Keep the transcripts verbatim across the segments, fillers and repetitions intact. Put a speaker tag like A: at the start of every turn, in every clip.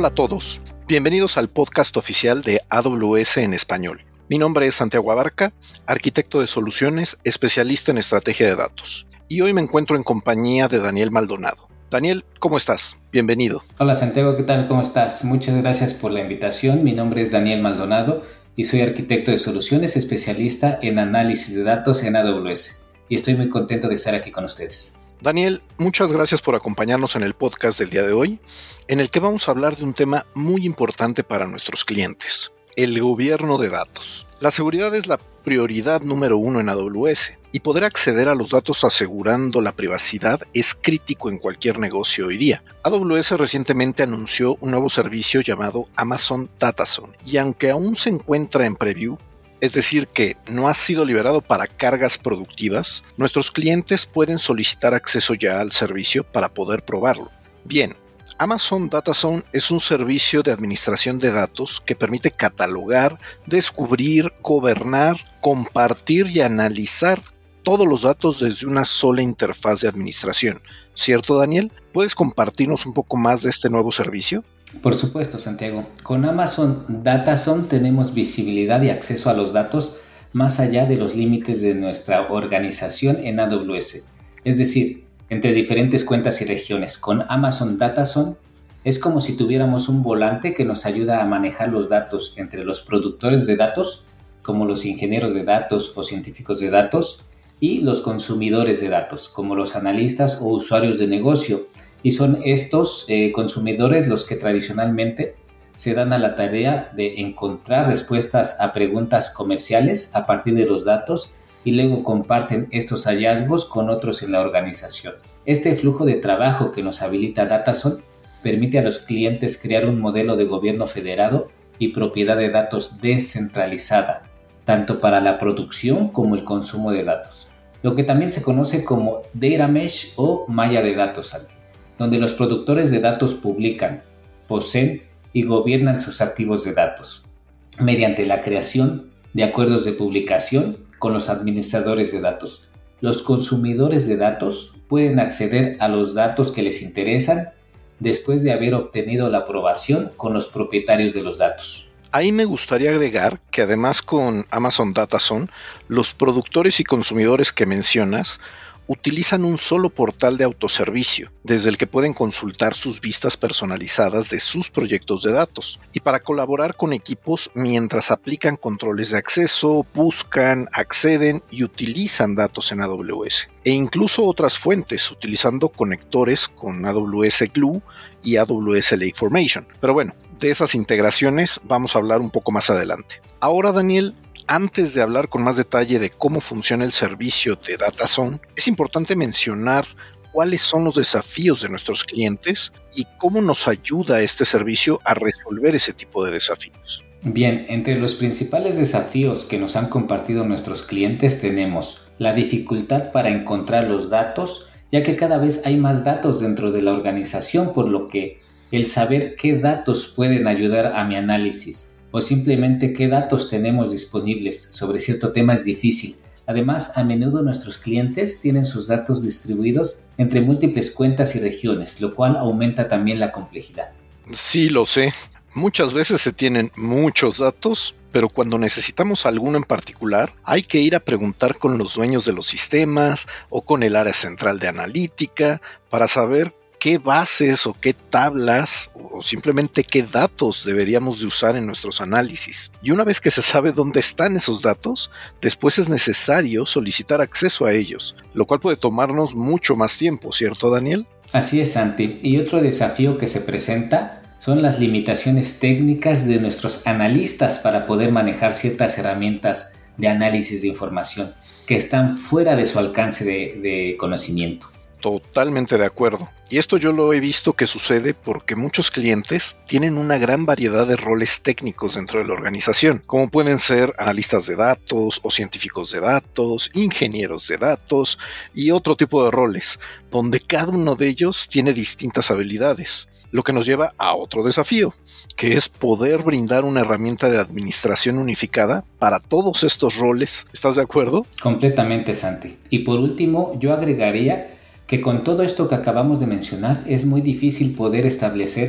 A: Hola a todos, bienvenidos al podcast oficial de A W S en español. Mi nombre es Santiago Abarca, arquitecto de soluciones, especialista en estrategia de datos. Y hoy me encuentro en compañía de Daniel Maldonado. Daniel, ¿cómo estás? Bienvenido.
B: Hola Santiago, ¿qué tal? ¿Cómo estás? Muchas gracias por la invitación. Mi nombre es Daniel Maldonado y soy arquitecto de soluciones, especialista en análisis de datos en A W S. Y estoy muy contento de estar aquí con ustedes.
A: Daniel, muchas gracias por acompañarnos en el podcast del día de hoy, en el que vamos a hablar de un tema muy importante para nuestros clientes, el gobierno de datos. La seguridad es la prioridad número uno en A W S y poder acceder a los datos asegurando la privacidad es crítico en cualquier negocio hoy día. A W S recientemente anunció un nuevo servicio llamado Amazon Data Zone y aunque aún se encuentra en preview, es decir, que no ha sido liberado para cargas productivas, nuestros clientes pueden solicitar acceso ya al servicio para poder probarlo. Bien, Amazon Data Zone es un servicio de administración de datos que permite catalogar, descubrir, gobernar, compartir y analizar todos los datos desde una sola interfaz de administración. ¿Cierto, Daniel? ¿Puedes compartirnos un poco más de este nuevo servicio?
B: Por supuesto, Santiago. Con Amazon Data Zone tenemos visibilidad y acceso a los datos más allá de los límites de nuestra organización en A W S. Es decir, entre diferentes cuentas y regiones. Con Amazon Data Zone es como si tuviéramos un volante que nos ayuda a manejar los datos entre los productores de datos, como los ingenieros de datos o científicos de datos, y los consumidores de datos, como los analistas o usuarios de negocio. Y son estos eh, consumidores los que tradicionalmente se dan a la tarea de encontrar respuestas a preguntas comerciales a partir de los datos y luego comparten estos hallazgos con otros en la organización. Este flujo de trabajo que nos habilita Data Zone permite a los clientes crear un modelo de gobierno federado y propiedad de datos descentralizada, tanto para la producción como el consumo de datos, lo que también se conoce como Data Mesh o malla de datos, donde los productores de datos publican, poseen y gobiernan sus activos de datos, mediante la creación de acuerdos de publicación con los administradores de datos. Los consumidores de datos pueden acceder a los datos que les interesan después de haber obtenido la aprobación con los propietarios de los datos.
A: Ahí me gustaría agregar que además con Amazon Data Zone, los productores y consumidores que mencionas utilizan un solo portal de autoservicio, desde el que pueden consultar sus vistas personalizadas de sus proyectos de datos, y para colaborar con equipos mientras aplican controles de acceso, buscan, acceden y utilizan datos en A W S, e incluso otras fuentes, utilizando conectores con A W S Glue y A W S Lake-Formation. Pero bueno, de esas integraciones vamos a hablar un poco más adelante. Ahora, Daniel, antes de hablar con más detalle de cómo funciona el servicio de Data Zone, es importante mencionar cuáles son los desafíos de nuestros clientes y cómo nos ayuda este servicio a resolver ese tipo de desafíos.
B: Bien, entre los principales desafíos que nos han compartido nuestros clientes tenemos la dificultad para encontrar los datos, ya que cada vez hay más datos dentro de la organización, por lo que el saber qué datos pueden ayudar a mi análisis o simplemente qué datos tenemos disponibles sobre cierto tema es difícil. Además, a menudo nuestros clientes tienen sus datos distribuidos entre múltiples cuentas y regiones, lo cual aumenta también la complejidad.
A: Sí, lo sé. Muchas veces se tienen muchos datos, pero cuando necesitamos alguno en particular, hay que ir a preguntar con los dueños de los sistemas o con el área central de analítica para saber qué bases o qué tablas o simplemente qué datos deberíamos de usar en nuestros análisis. Y una vez que se sabe dónde están esos datos, después es necesario solicitar acceso a ellos, lo cual puede tomarnos mucho más tiempo, ¿cierto, Daniel?
B: Así es, Santi. Y otro desafío que se presenta son las limitaciones técnicas de nuestros analistas para poder manejar ciertas herramientas de análisis de información que están fuera de su alcance de, de conocimiento.
A: Totalmente de acuerdo. Y esto yo lo he visto que sucede porque muchos clientes tienen una gran variedad de roles técnicos dentro de la organización, como pueden ser analistas de datos o científicos de datos, ingenieros de datos y otro tipo de roles, donde cada uno de ellos tiene distintas habilidades. Lo que nos lleva a otro desafío, que es poder brindar una herramienta de administración unificada para todos estos roles. ¿Estás de acuerdo?
B: Completamente, Santi. Y por último, yo agregaría que con todo esto que acabamos de mencionar es muy difícil poder establecer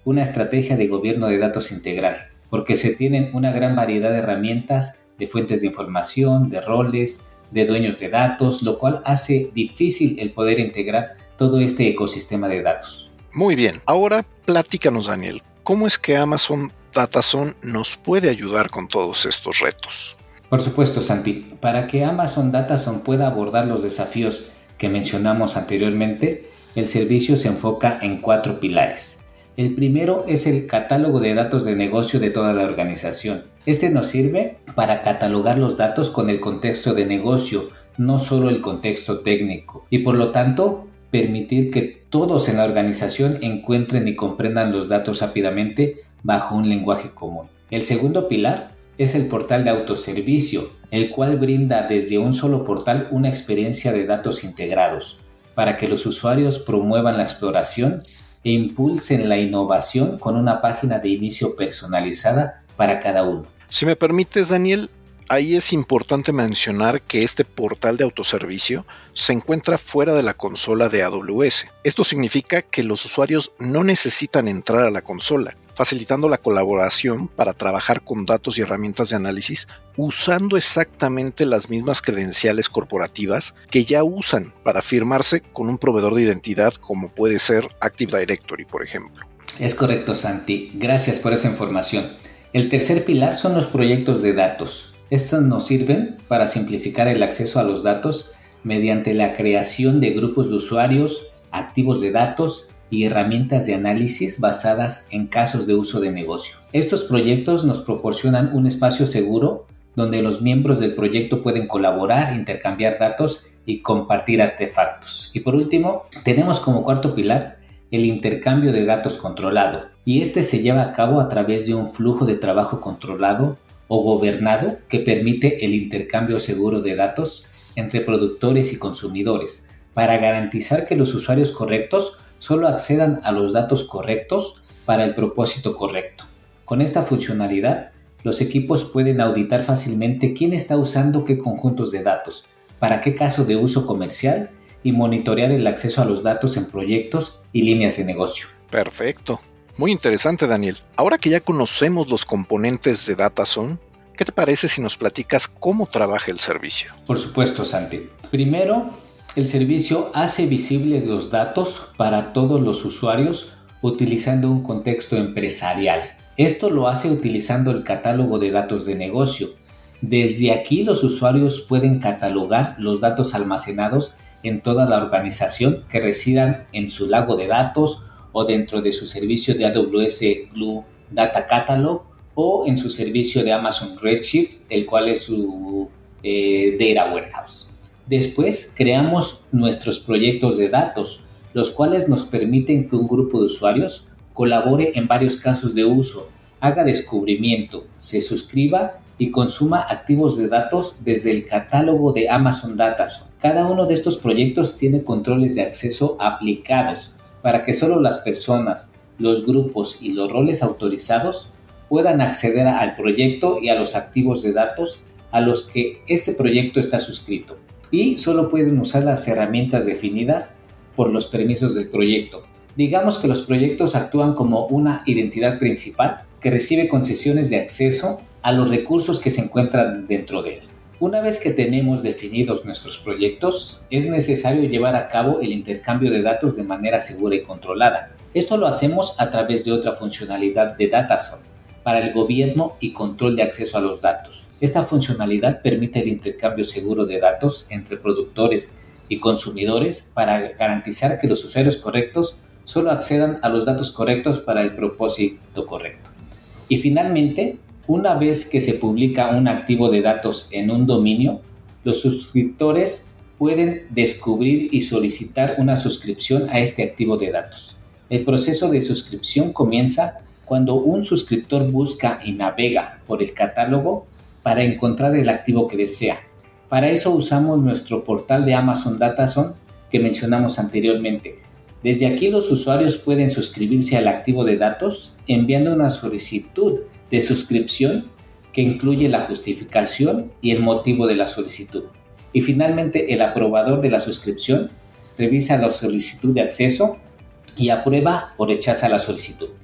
B: una estrategia de gobierno de datos integral, porque se tienen una gran variedad de herramientas, de fuentes de información, de roles, de dueños de datos, lo cual hace difícil el poder integrar todo este ecosistema de datos.
A: Muy bien, ahora platícanos, Daniel, ¿cómo es que Amazon Datazone nos puede ayudar con todos estos retos?
B: Por supuesto, Santi, para que Amazon Datazone pueda abordar los desafíos que mencionamos anteriormente, el servicio se enfoca en cuatro pilares. El primero es el catálogo de datos de negocio de toda la organización. Este nos sirve para catalogar los datos con el contexto de negocio, no solo el contexto técnico, y por lo tanto permitir que todos en la organización encuentren y comprendan los datos rápidamente bajo un lenguaje común. El segundo pilar es el portal de autoservicio, el cual brinda desde un solo portal una experiencia de datos integrados, para que los usuarios promuevan la exploración e impulsen la innovación con una página de inicio personalizada para cada uno.
A: Si me permites, Daniel, ahí es importante mencionar que este portal de autoservicio se encuentra fuera de la consola de A W S. Esto significa que los usuarios no necesitan entrar a la consola, facilitando la colaboración para trabajar con datos y herramientas de análisis usando exactamente las mismas credenciales corporativas que ya usan para firmarse con un proveedor de identidad como puede ser Active Directory, por ejemplo.
B: Es correcto, Santi. Gracias por esa información. El tercer pilar son los proyectos de datos. Estos nos sirven para simplificar el acceso a los datos mediante la creación de grupos de usuarios, activos de datos y herramientas de análisis basadas en casos de uso de negocio. Estos proyectos nos proporcionan un espacio seguro donde los miembros del proyecto pueden colaborar, intercambiar datos y compartir artefactos. Y por último, tenemos como cuarto pilar el intercambio de datos controlado, y este se lleva a cabo a través de un flujo de trabajo controlado o gobernado que permite el intercambio seguro de datos entre productores y consumidores para garantizar que los usuarios correctos solo accedan a los datos correctos para el propósito correcto. Con esta funcionalidad, los equipos pueden auditar fácilmente quién está usando qué conjuntos de datos, para qué caso de uso comercial y monitorear el acceso a los datos en proyectos y líneas de negocio.
A: Perfecto. Muy interesante, Daniel. Ahora que ya conocemos los componentes de Datazone, ¿qué te parece si nos platicas cómo trabaja el servicio?
B: Por supuesto, Santi. Primero, el servicio hace visibles los datos para todos los usuarios utilizando un contexto empresarial. Esto lo hace utilizando el catálogo de datos de negocio. Desde aquí los usuarios pueden catalogar los datos almacenados en toda la organización que residan en su lago de datos o dentro de su servicio de A W S Glue Data Catalog o en su servicio de Amazon Redshift, el cual es su eh, Data Warehouse. Después creamos nuestros proyectos de datos, los cuales nos permiten que un grupo de usuarios colabore en varios casos de uso, haga descubrimiento, se suscriba y consuma activos de datos desde el catálogo de Amazon Datazone. Cada uno de estos proyectos tiene controles de acceso aplicados para que solo las personas, los grupos y los roles autorizados puedan acceder al proyecto y a los activos de datos a los que este proyecto está suscrito. Y solo pueden usar las herramientas definidas por los permisos del proyecto. Digamos que los proyectos actúan como una identidad principal que recibe concesiones de acceso a los recursos que se encuentran dentro de él. Una vez que tenemos definidos nuestros proyectos, es necesario llevar a cabo el intercambio de datos de manera segura y controlada. Esto lo hacemos a través de otra funcionalidad de Datazone para el gobierno y control de acceso a los datos. Esta funcionalidad permite el intercambio seguro de datos entre productores y consumidores para garantizar que los usuarios correctos solo accedan a los datos correctos para el propósito correcto. Y finalmente, una vez que se publica un activo de datos en un dominio, los suscriptores pueden descubrir y solicitar una suscripción a este activo de datos. El proceso de suscripción comienza cuando un suscriptor busca y navega por el catálogo para encontrar el activo que desea. Para eso usamos nuestro portal de Amazon Datazone que mencionamos anteriormente. Desde aquí los usuarios pueden suscribirse al activo de datos enviando una solicitud de suscripción que incluye la justificación y el motivo de la solicitud. Y finalmente el aprobador de la suscripción revisa la solicitud de acceso y aprueba o rechaza la solicitud.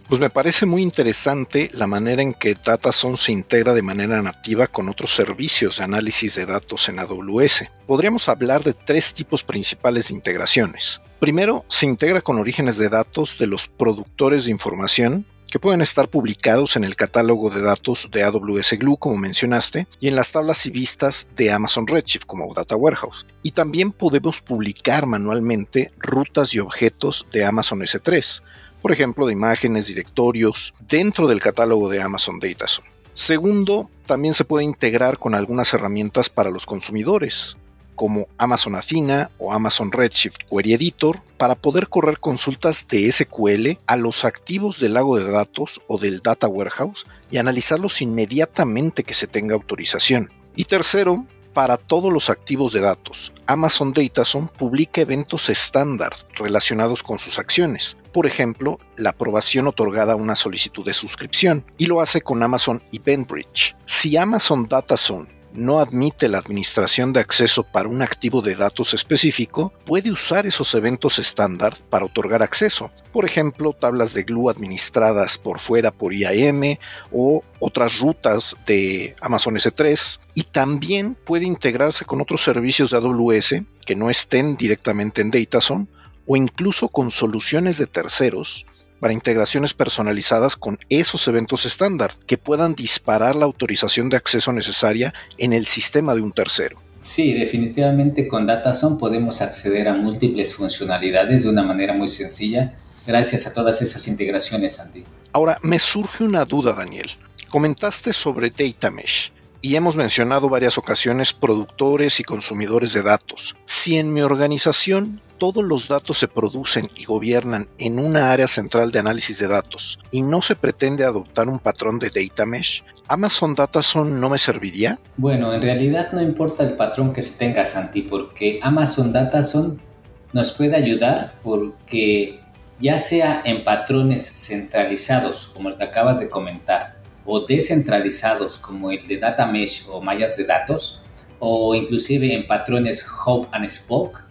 A: Pues me parece muy interesante la manera en que DataZone se integra de manera nativa con otros servicios de análisis de datos en A W S. Podríamos hablar de tres tipos principales de integraciones. Primero, se integra con orígenes de datos de los productores de información que pueden estar publicados en el catálogo de datos de A W S Glue, como mencionaste, y en las tablas y vistas de Amazon Redshift, como Data Warehouse. Y también podemos publicar manualmente rutas y objetos de Amazon S tres, por ejemplo, de imágenes, directorios, dentro del catálogo de Amazon DataZone. Segundo, también se puede integrar con algunas herramientas para los consumidores, como Amazon Athena o Amazon Redshift Query Editor, para poder correr consultas de S Q L a los activos del lago de datos o del Data Warehouse y analizarlos inmediatamente que se tenga autorización. Y tercero, para todos los activos de datos, Amazon DataZone publica eventos estándar relacionados con sus acciones, por ejemplo, la aprobación otorgada a una solicitud de suscripción, y lo hace con Amazon EventBridge. Si Amazon DataZone no admite la administración de acceso para un activo de datos específico, puede usar esos eventos estándar para otorgar acceso. Por ejemplo, tablas de Glue administradas por fuera por I A M o otras rutas de Amazon S tres. Y también puede integrarse con otros servicios de A W S que no estén directamente en DataZone o incluso con soluciones de terceros para integraciones personalizadas con esos eventos estándar que puedan disparar la autorización de acceso necesaria en el sistema de un tercero.
B: Sí, definitivamente con DataZone podemos acceder a múltiples funcionalidades de una manera muy sencilla gracias a todas esas integraciones, Santi.
A: Ahora, me surge una duda, Daniel. Comentaste sobre Data Mesh y hemos mencionado varias ocasiones productores y consumidores de datos. Si en mi organización todos los datos se producen y gobiernan en una área central de análisis de datos y no se pretende adoptar un patrón de Data Mesh, ¿Amazon DataZone no me serviría?
B: Bueno, en realidad no importa el patrón que se tenga, Santi, porque Amazon DataZone nos puede ayudar porque ya sea en patrones centralizados, como el que acabas de comentar, o descentralizados, como el de Data Mesh o mallas de datos, o inclusive en patrones Hub and Spoke,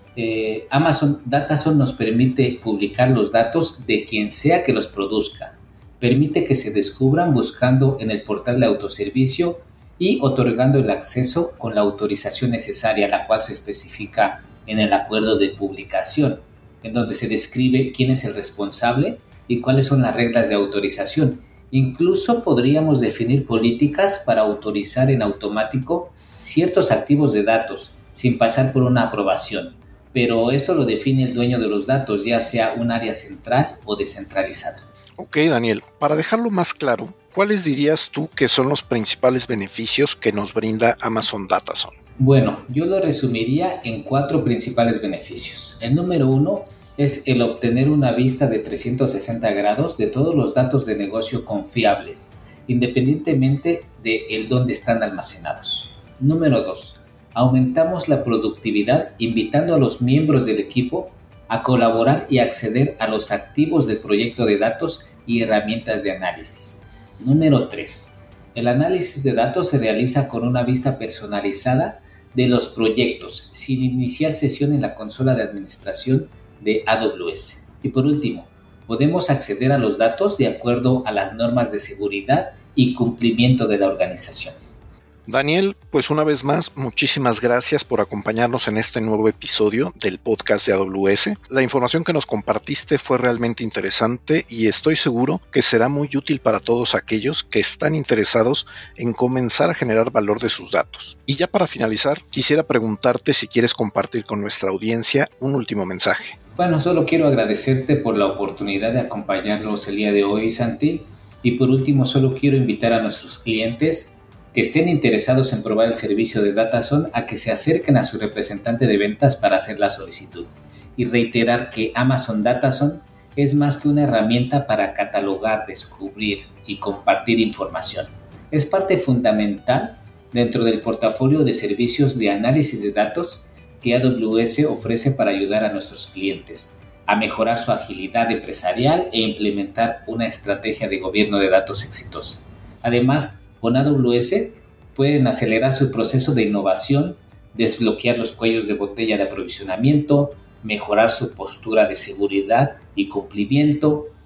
B: Eh, Amazon DataZone nos permite publicar los datos de quien sea que los produzca. Permite que se descubran buscando en el portal de autoservicio y otorgando el acceso con la autorización necesaria, la cual se especifica en el acuerdo de publicación, en donde se describe quién es el responsable y cuáles son las reglas de autorización. Incluso podríamos definir políticas para autorizar en automático ciertos activos de datos sin pasar por una aprobación. Pero esto lo define el dueño de los datos, ya sea un área central o descentralizada.
A: Ok, Daniel, para dejarlo más claro, ¿cuáles dirías tú que son los principales beneficios que nos brinda Amazon DataZone?
B: Bueno, yo lo resumiría en cuatro principales beneficios. El número uno es el obtener una vista de trescientos sesenta grados de todos los datos de negocio confiables, independientemente de el dónde están almacenados. Número dos. Aumentamos la productividad invitando a los miembros del equipo a colaborar y acceder a los activos del proyecto de datos y herramientas de análisis. Número tres. El análisis de datos se realiza con una vista personalizada de los proyectos sin iniciar sesión en la consola de administración de A W S. Y por último, podemos acceder a los datos de acuerdo a las normas de seguridad y cumplimiento de la organización.
A: Daniel, pues una vez más, muchísimas gracias por acompañarnos en este nuevo episodio del podcast de A W S. La información que nos compartiste fue realmente interesante y estoy seguro que será muy útil para todos aquellos que están interesados en comenzar a generar valor de sus datos. Y ya para finalizar, quisiera preguntarte si quieres compartir con nuestra audiencia un último mensaje.
B: Bueno, solo quiero agradecerte por la oportunidad de acompañarlos el día de hoy, Santi. Y por último, solo quiero invitar a nuestros clientes que estén interesados en probar el servicio de DataZone a que se acerquen a su representante de ventas para hacer la solicitud y reiterar que Amazon DataZone es más que una herramienta para catalogar, descubrir y compartir información. Es parte fundamental dentro del portafolio de servicios de análisis de datos que A W S ofrece para ayudar a nuestros clientes a mejorar su agilidad empresarial e implementar una estrategia de gobierno de datos exitosa. Además, con A W S pueden acelerar su proceso de innovación, desbloquear los cuellos de botella de aprovisionamiento, mejorar su postura de seguridad y cumplimiento,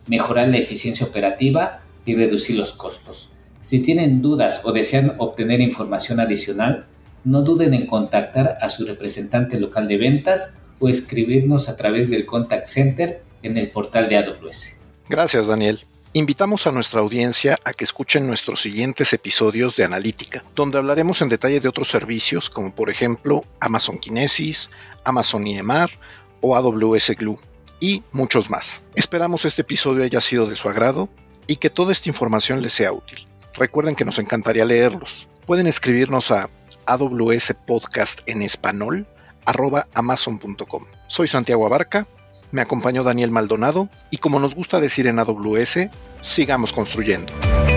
B: mejorar la eficiencia operativa y reducir los costos. Si tienen dudas o desean obtener información adicional, no duden en contactar a su representante local de ventas o escribirnos a través del Contact Center en el portal de A W S.
A: Gracias, Daniel. Invitamos a nuestra audiencia a que escuchen nuestros siguientes episodios de Analítica, donde hablaremos en detalle de otros servicios como por ejemplo Amazon Kinesis, Amazon E M R o A W S Glue y muchos más. Esperamos este episodio haya sido de su agrado y que toda esta información les sea útil. Recuerden que nos encantaría leerlos. Pueden escribirnos a A W S Podcast en español arroba amazon punto com. Soy Santiago Abarca. Me acompañó Daniel Maldonado y como nos gusta decir en A W S, sigamos construyendo.